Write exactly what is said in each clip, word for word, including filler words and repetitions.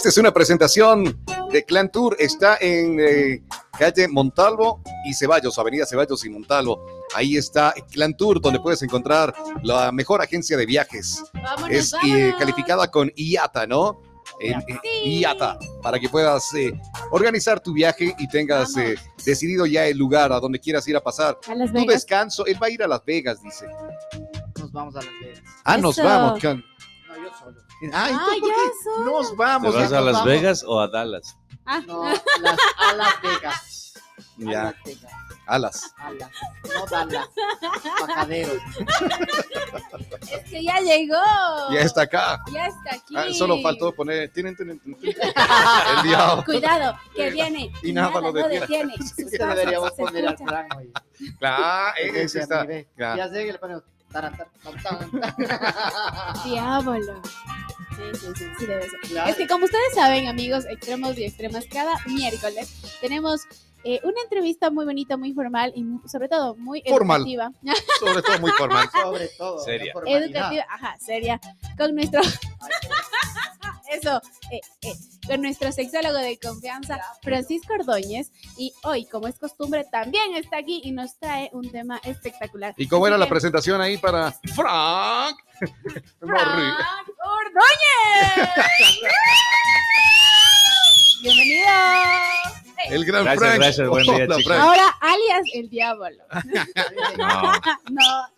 Esta es una presentación de Clan Tour. Está en eh, calle Montalvo y Ceballos, avenida Ceballos y Montalvo. Ahí está Clan Tour, donde puedes encontrar la mejor agencia de viajes. Vámonos, es vámonos. Eh, calificada con I A T A, ¿no? En, Sí. I A T A, para que puedas eh, organizar tu viaje y tengas eh, decidido ya el lugar a donde quieras ir a pasar A Las tu Vegas. descanso. Él va a ir a Las Vegas, dice. Nos vamos a Las Vegas. Ah, nos Eso. vamos. Con... No, yo solo. Ah, Ah, entonces, ¿por ya qué solo. nos ¿Te vamos? vas Ya a nos Las vamos. Vegas o a Dallas? Ah, No, las, a Las Vegas. A Ya, Las Vegas. alas. A las, no Dallas. Bajadero. es que ya llegó. Ya está acá. Ya está aquí. Ah, solo faltó poner. Tienen, tienen, tienen. El diablo. Cuidado, que viene. Y nada lo detiene. detiene. Sus Este pasos deberíamos se poner al escuchan. Fran hoy. Claro, ese Ese está. a mí, ve. Ya. Ya sé que le ponemos. taran, tan, tan, tan, tan. Diablo. Sí, sí, sí, sí debe ser. Claro. Es que como ustedes saben, amigos, extremos y extremas, cada miércoles tenemos eh, una entrevista muy bonita, muy formal y mu- sobre todo muy Formal. educativa. Sobre todo muy formal. Sobre todo. Seria. la formalidad. Educativa, ajá, seria, con nuestro, eso, eh, eh, con nuestro sexólogo de confianza, Francisco Ordóñez, y hoy, como es costumbre, también está aquí y nos trae un tema espectacular. ¿Y cómo era Así la que, presentación ahí para Frank? Frank Ordóñez. Bienvenido. El gran Gracias, Frank. gracias, buen día, Hola, chicos. Frank. Ahora, alias el diablo. No, No,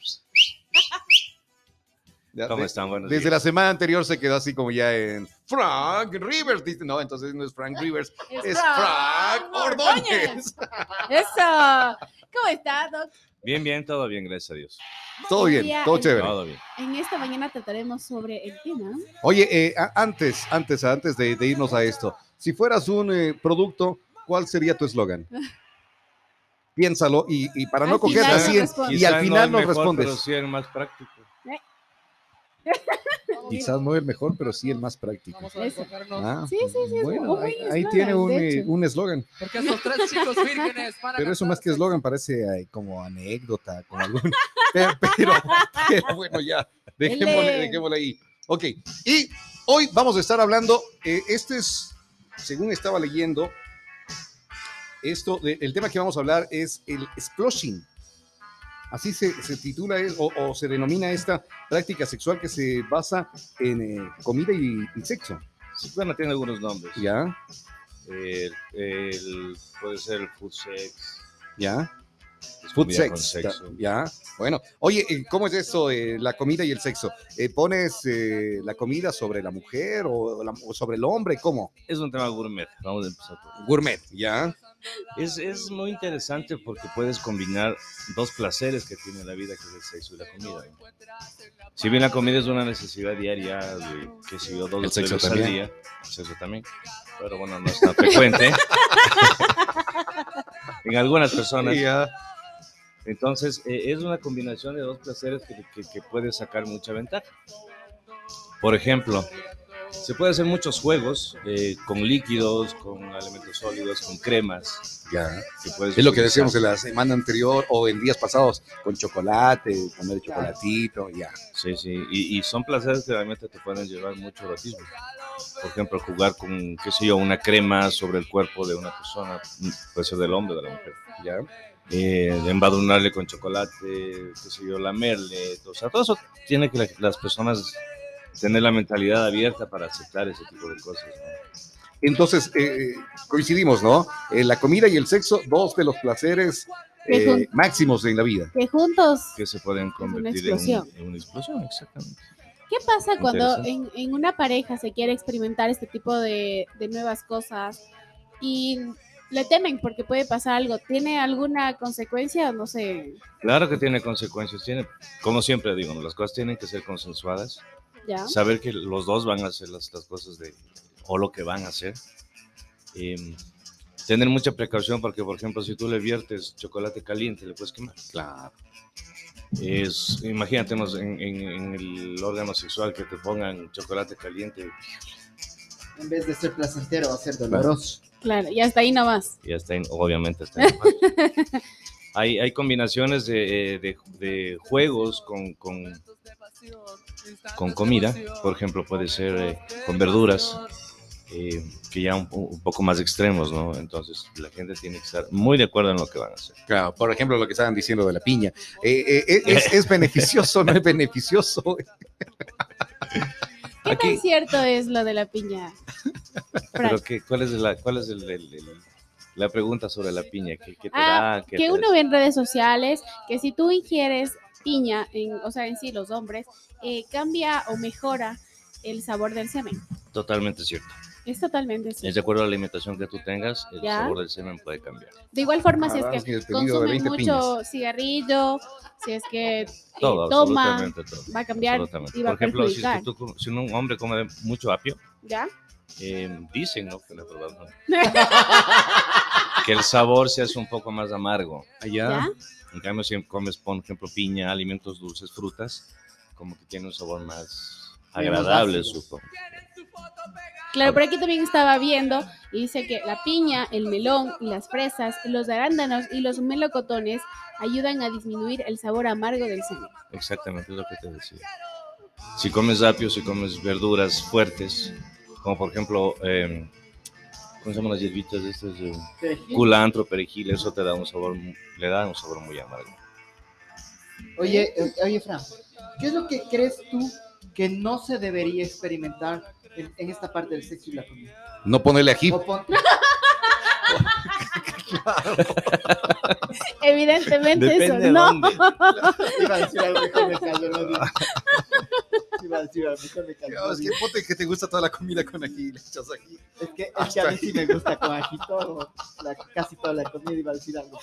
Ya, ¿cómo de- están? Buenos Desde días. la semana anterior se quedó así como ya en Frank Rivers. Dice, no, entonces no es Frank Rivers, es, es Frank Ordóñez. Eso. ¿Cómo está, Doc? Bien, bien, todo bien, gracias a Dios. Todo bien, Día- todo chévere. Todo bien. En esta mañana trataremos sobre el tema. Oye, eh, a- antes, antes, antes de, de irnos a esto, si fueras un eh, producto, ¿cuál sería tu eslogan? Piénsalo y, y para no Al coger final así nos en- responde. y Quizá al no final el nos mejor, respondes. Pero sí el más práctico. Quizás no el mejor, pero sí el más práctico. Vamos a enfocarnos. Ah, Sí, sí, sí. es bueno, un ahí, buen ahí eslogan, tiene un, de eh, hecho. un eslogan. Porque estos tres chicos vírgenes van a Pero eso más que casarse. eslogan parece eh, como anécdota, como algún... Pero, pero, pero bueno, ya, dejémosle, Ele. dejémosle ahí. Ok, y hoy vamos a estar hablando, eh, este es, según estaba leyendo, esto, de- el tema que vamos a hablar es el sploshing. Así se, se titula es- o, o se denomina esta práctica sexual que se basa en eh, comida y, y sexo. Sí, bueno, tiene algunos nombres. ¿Ya? El, el- puede ser el food sex. ¿Ya? es Food comida con sex. sexo. Ya. Bueno, oye, eh, ¿cómo es eso, eh, la comida y el sexo? Eh, ¿Pones eh, la comida sobre la mujer o, la- o sobre el hombre? ¿Cómo? Es un tema gourmet. Vamos a empezar por ahí. Gourmet, ¿ya? Es, es muy interesante porque puedes combinar dos placeres que tiene la vida, que es el sexo y la comida. Si bien la comida es una necesidad diaria, de, qué sé yo, dos El o tres sexo veces al también. día, el sexo también, pero bueno, no es tan frecuente en algunas personas. Ya. Entonces, eh, es una combinación de dos placeres que, que, que puede sacar mucha ventaja. Por ejemplo, se puede hacer muchos juegos eh, con líquidos, con alimentos sólidos, con cremas. Ya. Que puedes Es lo que utilizar. decíamos en la semana anterior o en días pasados, con chocolate, poner chocolatito, ya. Sí, sí, y, y son placeres que realmente te pueden llevar mucho erotismo. Por ejemplo, jugar con, qué sé yo, una crema sobre el cuerpo de una persona, puede ser del hombre o de la mujer, Ya. eh, embadurnarle con chocolate, qué sé yo, lamerle, o sea, todo eso tiene que la- las personas tener la mentalidad abierta para aceptar ese tipo de cosas, ¿no? Entonces, eh, coincidimos, ¿no? Eh, la comida y el sexo, dos de los placeres eh, Que jun- máximos en la vida. Que juntos. Que se pueden una convertir en, un- explosión. en una explosión, exactamente. ¿Qué pasa cuando Interesante. en, en una pareja se quiere experimentar este tipo de, de nuevas cosas y le temen porque puede pasar algo? ¿Tiene alguna consecuencia? No sé, Claro que tiene consecuencias, tiene, como siempre digo, ¿no? Las cosas tienen que ser consensuadas. ya. Saber que los dos van a hacer las, las cosas de, o lo que van a hacer. Eh, tener mucha precaución porque, por ejemplo, si tú le viertes chocolate caliente, le puedes quemar. Claro. Es, imagínate en, en- en el órgano sexual que te pongan chocolate caliente En vez de ser placentero, va a ser doloroso. Claro, y hasta ahí nomás. y está en- obviamente está en mal. hay, hay combinaciones de, eh, de- de juegos con, con, con comida, por ejemplo, puede ser eh, con verduras. eh, que ya un, un poco más extremos, ¿no? Entonces la gente tiene que estar muy de acuerdo en lo que van a hacer. Claro, por ejemplo, lo que estaban diciendo de la piña. Eh, eh, eh, es, ¿Es beneficioso o no es beneficioso? ¿Qué Aquí- tan cierto es lo de la piña? Frank? Pero que, ¿cuál es, la, cuál es el, el- el- la pregunta sobre la piña? ¿Qué, qué te Ah, da? ¿Qué que te uno ve en redes sociales que si tú ingieres piña, en, o sea, en sí los hombres, eh, cambia o mejora el sabor del semen. Totalmente cierto. Es totalmente Es de cierto. acuerdo a la alimentación que tú tengas, el Ya. sabor del semen puede cambiar. De igual forma, si Ah, es es que que el pedido de consume veinte mucho cigarrillo, si es que eh, Todo, toma, absolutamente todo. va a cambiar Absolutamente. y va Por a ejemplo, si, es perjudicar. que tú- si un hombre come mucho apio, ¿Ya? eh, dicen, ¿no? Que, la probado, ¿no? que el sabor se hace un poco más amargo. Allá. ¿Ya? En cambio, si comes, por ejemplo, piña, alimentos dulces, frutas, como que tiene un sabor más Menos agradable, ácido. supongo. Claro, por aquí también estaba viendo y dice que la piña, el melón, las fresas, los arándanos y los melocotones ayudan a disminuir el sabor amargo del semen. Exactamente, es lo que te decía. Si comes apio, si comes verduras fuertes, como por ejemplo, eh, ¿cómo se llaman las hierbitas estas? Eh, Perejil. culantro, perejil, eso te da un sabor, mu- le da un sabor muy amargo. Oye, eh, oye, Fran, ¿qué es lo que crees tú que no se debería experimentar en, en esta parte del sexo y la comida? No ponerle ají. O pon- Evidentemente Depende eso, de no. dónde. Iba a decir algo, mejor me callo, no digo. Iba a decir algo, mejor me callo, No, no es que digo. ponte que te gusta toda la comida con ají, le echas ají. Es que, es que a mí sí me gusta con ají todo, la, casi toda la comida, iba a decir algo.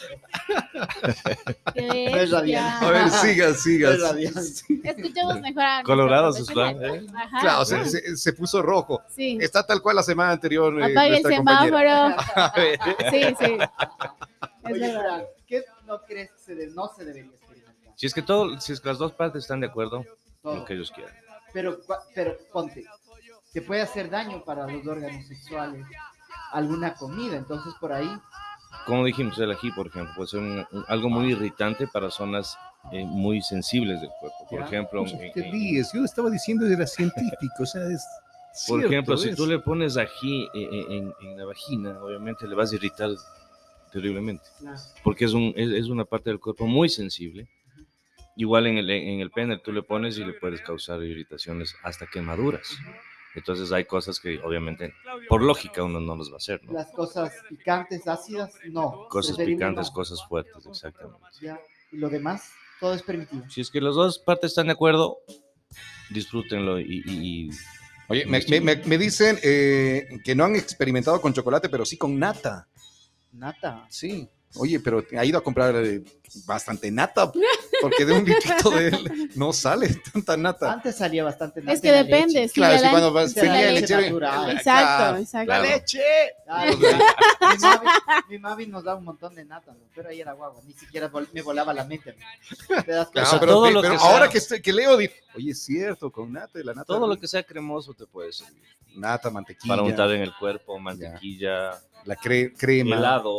pero- Qué No es radiante. bestia. A ver, sigas, sigas. Es radiante. Escuchemos mejor a nuestro Colorados sus profesional. planes, ¿eh? Ajá. Claro, se, se- se puso rojo. Sí. Está tal cual la semana anterior. eh, Apague el nuestra compañera. semáforo. Sí, sí. Es Oye, verdad. Fran, ¿qué no crees que se de- no se debería experimentar? Si es que todo, si es que las dos partes están de acuerdo, Todo. lo que ellos quieran. Pero, cua- pero ponte, te puede hacer daño para los órganos sexuales alguna comida, entonces por ahí, Como dijimos, el ají, por ejemplo, puede ser un- un- algo muy irritante para zonas eh, muy sensibles del cuerpo. Por Ya. ejemplo, Pucha, en- te en- ríes, yo estaba diciendo era científico, o sea, es por cierto, ejemplo, si es. tú le pones ají eh, eh, en, en la vagina, obviamente le vas a irritar terriblemente, claro, porque es, un, es, es una parte del cuerpo muy sensible. Igual en el, en el pene tú le pones y le puedes causar irritaciones hasta quemaduras. Entonces hay cosas que obviamente por lógica uno no los va a hacer, ¿no? las cosas picantes, ácidas, no. Cosas preferible picantes, no. cosas fuertes, exactamente. Ya, y lo demás, todo es permitido. Si es que las dos partes están de acuerdo, disfrútenlo y... y- y- Oye, me, me- me- me dicen eh, que no han experimentado con chocolate, pero sí con nata. Nata. Sí. Oye, pero ha ido a comprar eh, bastante nata, porque de un litrito de él no sale tanta nata. Antes salía bastante nata. Es que en la depende. leche. Sí, Claro, le es que dan- cuando vas, Sí, la tenía leche lechero. natural. Exacto, Claro, exacto. La Claro. leche. Claro, mi, mami, mi mami nos daba un montón de nata, ¿no? Pero ahí era guagua, ni siquiera vol- me volaba la mente. ¿No? ¿Te das Claro, cuenta? sea, pero, todo pe- lo pero que sea- ahora que, estoy- que leo, digo, oye, es cierto, con nata, la nata. todo lo que sea cremoso te puede servir. Nata, mantequilla, Para untar en el cuerpo, mantequilla, la cre- crema. helado,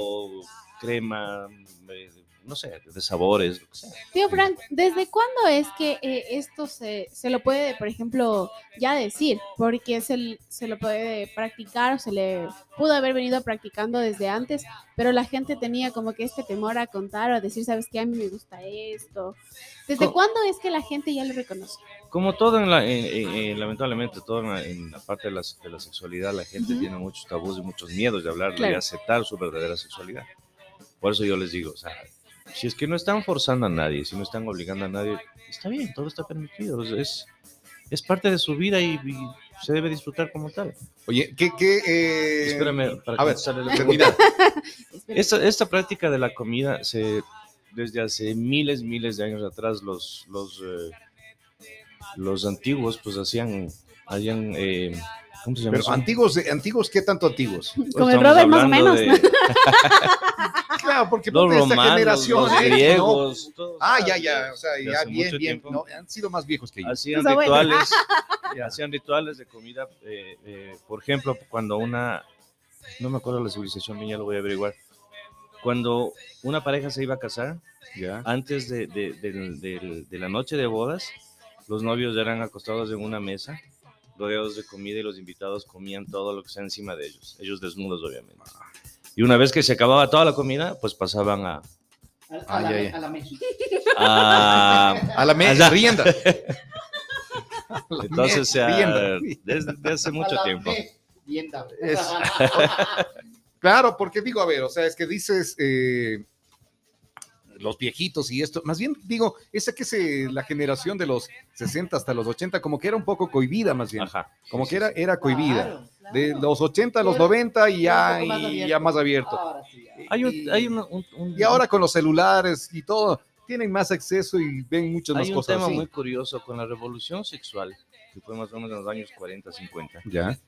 crema, eh, no sé, de sabores, lo que sea. Tío Frank, ¿desde cuándo es que eh, esto se, se lo puede, por ejemplo, ya decir? Porque se, se lo puede practicar o se le pudo haber venido practicando desde antes, pero la gente tenía como que este temor a contar o a decir, ¿sabes qué? A mí me gusta esto. ¿Desde Co- cuándo es que la gente ya lo reconoce? Como todo, en la, en- en- en- lamentablemente, todo en la, en la parte de la, de la sexualidad, la gente Ujú. tiene muchos tabús y muchos miedos de hablar y Claro. aceptar su verdadera sexualidad. Por eso yo les digo, o sea, si es que no están forzando a nadie, si no están obligando a nadie, está bien, todo está permitido, es, es parte de su vida y, y se debe disfrutar como tal. Oye, ¿qué? qué eh, Espérame, para a ver, contestarle la termina. Espera. Esta, esta práctica de la comida, se, desde hace miles, miles de años atrás, los, los, eh, los antiguos pues hacían, hacían eh, ¿cómo se llama Pero eso? antiguos, eh, antiguos, ¿qué tanto antiguos? Con el Estamos Robert más o hablando menos. de Claro, porque los ponte esta romanos, generación. los eh, ¿no? griegos. todos, Ah, ¿sabes? ya, ya, o sea, De ya hace bien, mucho bien. tiempo. No, han sido más viejos que yo. Hacían Tus abuelos. rituales, hacían rituales de comida, eh, eh, por ejemplo, cuando una, no me acuerdo la civilización, ya lo voy a averiguar, cuando una pareja se iba a casar, Ya. antes de, de- del- del- de la noche de bodas, los novios eran acostados en una mesa rodeados de comida y los invitados comían todo lo que sea encima de ellos, ellos desnudos obviamente. Y una vez que se acababa toda la comida, pues pasaban a... A, a, Ay, la, ay, a la mesa. a A la me- Allá. rienda. entonces, Me- ah, rienda. desde, desde hace A mucho la tiempo. merienda. Es- Claro, porque digo, a ver, o sea, es que dices eh, los viejitos y esto, más bien digo, esa que es la generación de los sesenta hasta los ochenta, como que era un poco cohibida, más bien, Ajá. como Sí, que sí, era, era cohibida. Claro, claro. De los ochenta a los Era- noventa y ya, Era un poco más y abierto. ya más abierto. Ahora sí, ya. Hay un, Y- hay un, un- un- Y ahora con los celulares y todo, tienen más acceso y ven muchas más hay un cosas tema así. muy curioso con la revolución sexual, que fue más o menos en los años cuarenta, cincuenta. Ya.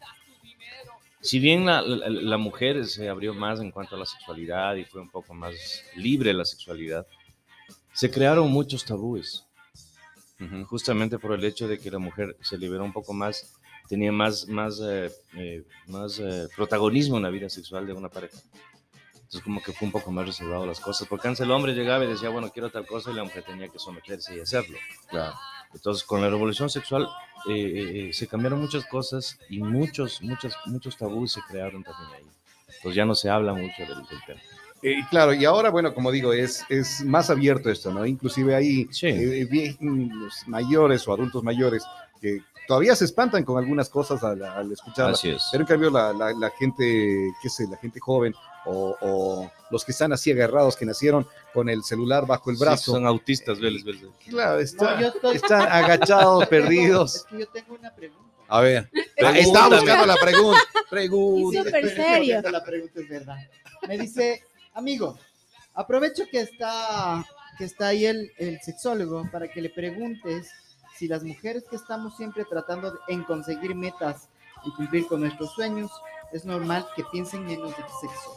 Si bien la, la, la mujer se abrió más en cuanto a la sexualidad y fue un poco más libre la sexualidad, se crearon muchos tabúes, Ujú. justamente por el hecho de que la mujer se liberó un poco más, tenía más, más, eh, eh, más eh, protagonismo en la vida sexual de una pareja. Entonces como que fue un poco más reservado las cosas, porque antes el hombre llegaba y decía, bueno, quiero tal cosa, y la mujer tenía que someterse y hacerlo. Claro. Entonces, con la revolución sexual eh, eh, se cambiaron muchas cosas y muchos, muchos, muchos tabúes se crearon también ahí. Entonces ya no se habla mucho del, del tema. Eh, claro, y ahora, bueno, como digo, es, es más abierto esto, ¿no? Inclusive hay Sí. eh, vie- mm, mayores o adultos mayores que todavía se espantan con algunas cosas al, al escucharla. Así es. Pero en cambio la, la, la gente, qué sé, la gente joven o, o los que están así agarrados, que nacieron con el celular bajo el Sí, brazo, son autistas, Vélez, Vélez. claro, está- No, yo estoy- están agachados, Es perdidos. que yo tengo una pregunta. A ver, Pregúntame. está buscando la pregunta. Y Pregunta. súper Espera, serio. espera, La pregunta es verdad. Me dice, amigo, aprovecho que está, que está ahí el, el sexólogo para que le preguntes si las mujeres que estamos siempre tratando de, en conseguir metas y cumplir con nuestros sueños, es normal que piensen menos de sexo.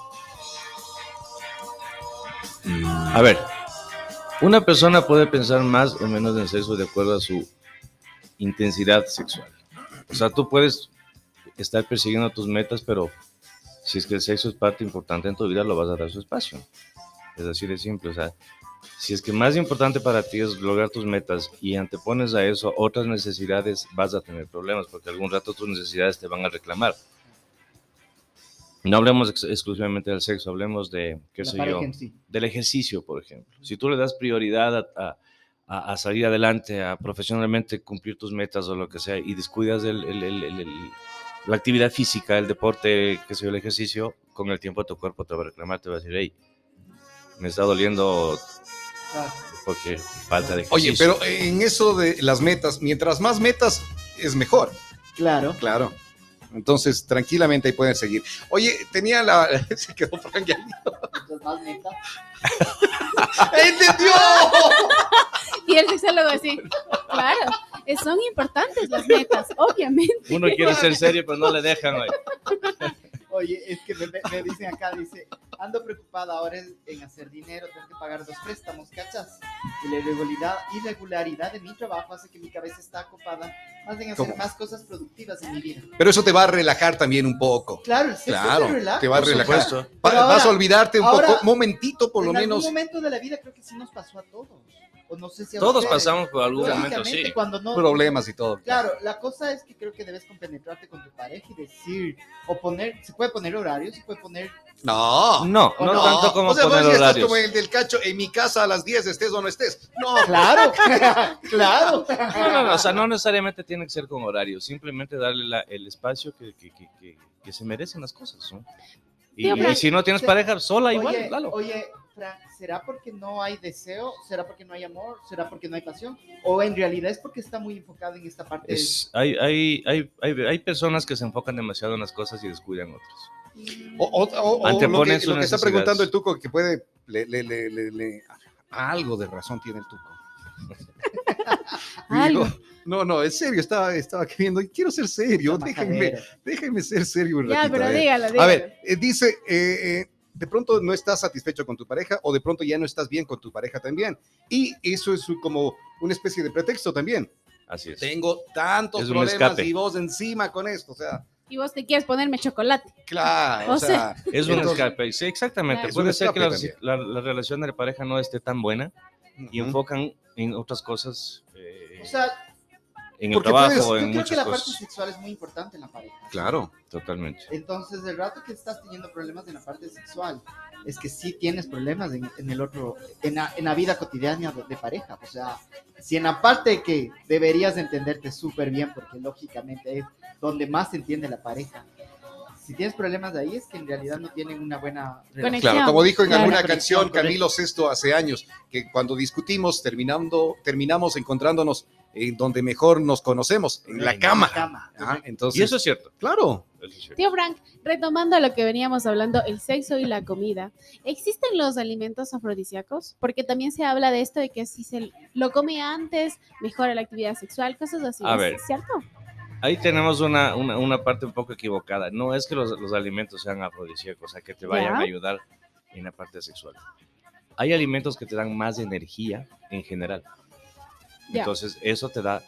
A ver, una persona puede pensar más o menos en sexo de acuerdo a su intensidad sexual. O sea, tú puedes estar persiguiendo tus metas, pero si es que el sexo es parte importante en tu vida, lo vas a dar su espacio. Es así de simple. O sea, si es que más importante para ti es lograr tus metas y antepones a eso otras necesidades, vas a tener problemas, porque algún rato tus necesidades te van a reclamar. No hablemos ex- exclusivamente del sexo, hablemos de, qué La sé pareja yo, en sí. del ejercicio, por ejemplo. Si tú le das prioridad a, a- a- a salir adelante, a profesionalmente cumplir tus metas o lo que sea, y descuidas el- el- el- el- el- la actividad física, el deporte, qué sé yo, el ejercicio, con el tiempo tu cuerpo te va a reclamar, te va a decir, hey, me está doliendo Ah, porque falta de ejercicio. Oye, pero en eso de las metas, mientras más metas, es mejor. claro. Claro. Entonces, tranquilamente ahí pueden seguir. Oye, tenía la... Se quedó Frank ahí. Mientras más metas. ¡Entendió! Y el sexólogo así, claro, eh, son importantes las metas, obviamente. Uno quiere ser serio, pero no le dejan. Oye. Oye, es que me, me- me dicen acá, dice, ando preocupada ahora en, en hacer dinero, tengo que pagar dos préstamos, ¿cachas? Y la irregularidad, irregularidad de mi trabajo hace que mi cabeza está ocupada más en hacer ¿Cómo? más cosas productivas en mi vida. Pero eso te va a relajar también un poco. Claro, el sexo Claro, te relaja. te va a Por relajar. supuesto. Va- Pero vas a ahora- olvidarte un ahora, poco, momentito por lo en menos. algún momento de la vida creo que sí nos pasó a todos. O no sé si a Todos ustedes. pasamos por algún momento, Lógicamente, sí. Cuando no, Problemas y todo. Claro, la cosa es que creo que debes compenetrarte con tu pareja y decir, o poner, se puede poner horarios, se puede poner, No. No, ¿O no, no? tanto como O sea, poner vos ya estás horarios. como el del cacho, en mi casa a las diez, estés o no estés. No. claro, claro. No, no, no, o sea, no necesariamente tiene que ser con horario, simplemente darle la- el espacio que, que, que, que, que se merecen las cosas, ¿no? Y, Tío, Fran, y si no tienes se- pareja, sola igual, Oye, claro. oye, Fran, ¿será porque no hay deseo? ¿Será porque no hay amor? ¿Será porque no hay pasión? ¿O en realidad es porque está muy enfocado en esta parte? Es, hay, hay, hay, hay, hay personas que se enfocan demasiado en las cosas y descuidan otras. O, o- o- o lo Anteponen que, sus lo que está necesidades. preguntando el Tuco, que puede, le, le- le- le- le- algo de razón tiene el Tuco. Algo. Digo, no, no, en serio, estaba, estaba queriendo, quiero ser serio, Está déjenme, majadero. déjenme ser serio un Ya, ratito. pero a ver. dígalo, A dígalo. ver, eh, dice, eh, eh, de pronto no estás satisfecho con tu pareja o de pronto ya no estás bien con tu pareja también. Y eso es como una especie de pretexto también. Así es. Tengo tantos Es un problemas escape. y vos encima con esto, o sea, Y vos te quieres ponerme chocolate. claro, O o sea, Es un entonces, escape, sí, exactamente. Claro. Es un Puede ser que escape la, también. la, la relación de la pareja no esté tan buena y ujú. enfocan en otras cosas. eh, O sea, en el Porque trabajo, puedes- o Yo en creo que muchas la parte cosas. sexual es muy importante en la pareja. Claro. Totalmente. Entonces, el rato que estás teniendo problemas en la parte sexual, es que sí tienes problemas en, en el otro, en la, en la vida cotidiana de, de pareja. O sea, si en la parte que deberías entenderte súper bien, porque lógicamente es donde más se entiende la pareja, si tienes problemas de ahí es que en realidad no tienen una buena relación. Conexión. Claro, como dijo en Claro. alguna Conexión, canción Camilo Sesto hace años, que cuando discutimos terminando, terminamos encontrándonos en donde mejor nos conocemos, en la En cama. la cama. Ajá, entonces, Y eso es cierto. claro. Eso es cierto. Tío Frank, retomando lo que veníamos hablando, el sexo y la comida, ¿existen los alimentos afrodisíacos? Porque también se habla de esto de que si se lo come antes, mejora la actividad sexual, cosas así. A ¿Es ver. cierto? Ahí tenemos una, una, una parte un poco equivocada. No es que los, los alimentos sean afrodisíacos, o sea, que te vayan Ya. a ayudar en la parte sexual. Hay alimentos que te dan más energía en general. Ya. Entonces, eso te da...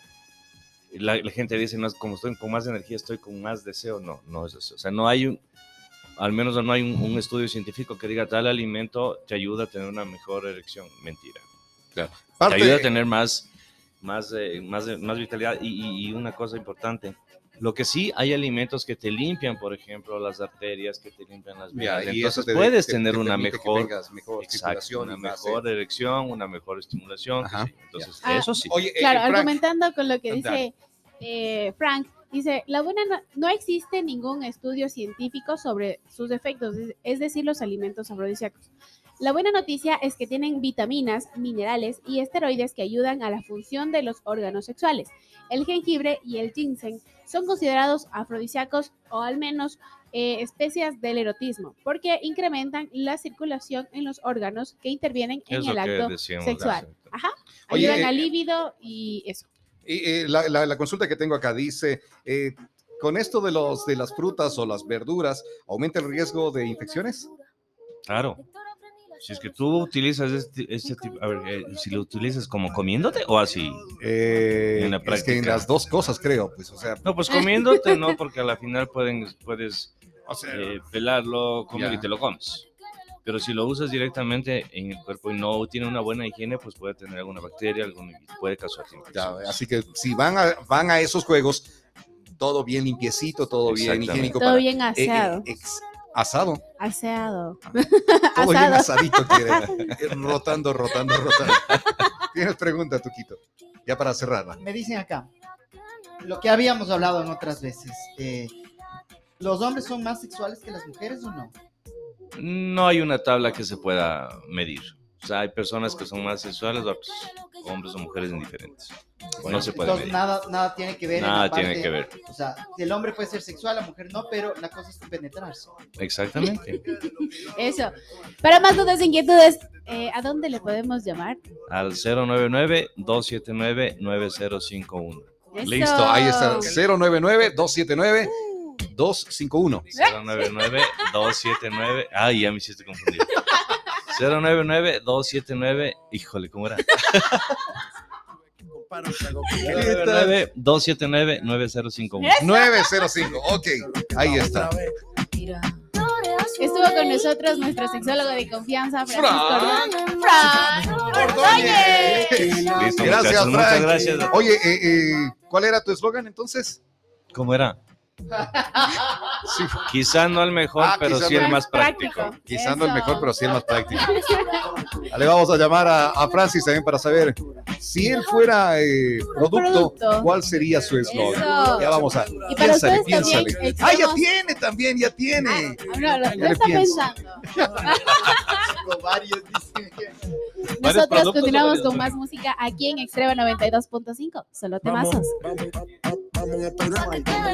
La, la gente dice, no, como estoy con más energía, estoy con más deseo. No, no es eso. O sea, no hay un... Al menos no hay un, un estudio científico que diga, tal alimento te ayuda a tener una mejor erección. Mentira. Parte- Te ayuda a tener más, más, eh, más, eh, más vitalidad. Y, y- y una cosa importante, lo que sí, hay alimentos que te limpian, por ejemplo, las arterias, que te limpian las Ya, venas. y Entonces eso te- puedes te- tener te una permite que mejor, tengas mejor exacto, circulación una y más, mejor eh. erección, una mejor estimulación. Ajá. qué sé yo. Entonces, Ah, eso sí. Oye, eh, Claro, Frank, argumentando con lo que Dale. dice eh, Frank, dice, la buena no, no existe ningún estudio científico sobre sus efectos, es, es decir, los alimentos afrodisíacos. La buena noticia es que tienen vitaminas, minerales y esteroides que ayudan a la función de los órganos sexuales. El jengibre y el ginseng son considerados afrodisíacos o al menos eh, especias del erotismo, porque incrementan la circulación en los órganos que intervienen en Es lo el que acto decíamos sexual. hace- Ajá, Oye, ayudan eh, al líbido y eso. Y, eh, la, la- la consulta que tengo acá dice, eh, ¿con esto de, los, de las frutas o las verduras aumenta el riesgo de infecciones? Claro. Si es que tú utilizas este, este tipo, a ver, eh, si lo utilizas como comiéndote o así. Eh, En la es que en práctica. las dos cosas creo, pues, o sea, No, pues comiéndote no, porque a la final pueden, puedes o sea, eh, pelarlo, comer Ya. y te lo comes. Pero si lo usas directamente en el cuerpo y no tiene una buena higiene, pues puede tener alguna bacteria, algún, puede causar ya, infecciones. así que si van a, van a esos juegos, todo bien limpiecito, todo bien Exactamente. higiénico. Todo para- bien eh, eh, aseado. ex- asado. Aseado. Todo bien Asado. asadito quiere. Eh, Rotando, rotando, rotando. ¿Tienes pregunta, Tuquito? Ya para cerrarla. Me dicen acá, lo que habíamos hablado en otras veces, eh, ¿los hombres son más sexuales que las mujeres o no? No hay una tabla que se pueda medir. O sea, hay personas que son más sexuales, otros hombres o mujeres indiferentes. No se puede Entonces medir. nada, nada tiene que ver en Nada la parte- tiene que ver. O sea, el hombre puede ser sexual, la mujer no, pero la cosa es penetrarse. Exactamente. Eso. Para más dudas e inquietudes, eh, ¿a dónde le podemos llamar? Al cero nueve nueve, dos siete nueve, nueve cero cinco uno. Eso. Listo, ahí está. cero nueve nueve, dos siete nueve, dos cinco uno. cero nueve nueve, dos siete nueve. Ay, ya me hiciste confundir. cero nueve nueve, dos siete nueve. Híjole, ¿cómo era? cero nueve nueve, dos siete nueve, nueve cero cinco uno. nueve cero cinco, ok, ahí está. Estuvo con nosotros nuestro sexólogo de confianza, Francisco Fran. Ordóñez. ¡Fran Ordóñez! Listo, Gracias, muchachos, muchas Frank. gracias. Oye, eh, eh, ¿cuál era tu eslogan entonces? ¿Cómo era? Sí, Quizá no el mejor, Ah, pero quizá sí no el el más práctico. quizá no el Eso. mejor, pero sí el más práctico. Le vamos a llamar a, a Francis también para saber si él fuera eh, producto, producto. ¿cuál sería su eslogan? Eso. Ya vamos a. Y para Piénsale, ustedes también, piénsale. eh, Ah, ya queremos- tiene también, ya tiene. Ah, no, lo, Ya lo le está pienso. pensando. Tengo varios, dicen. Nosotros productos o continuamos varios? con más música aquí en Extrema noventa y dos punto cinco. Solo temazos. Vamos, vamos, vamos a esperar.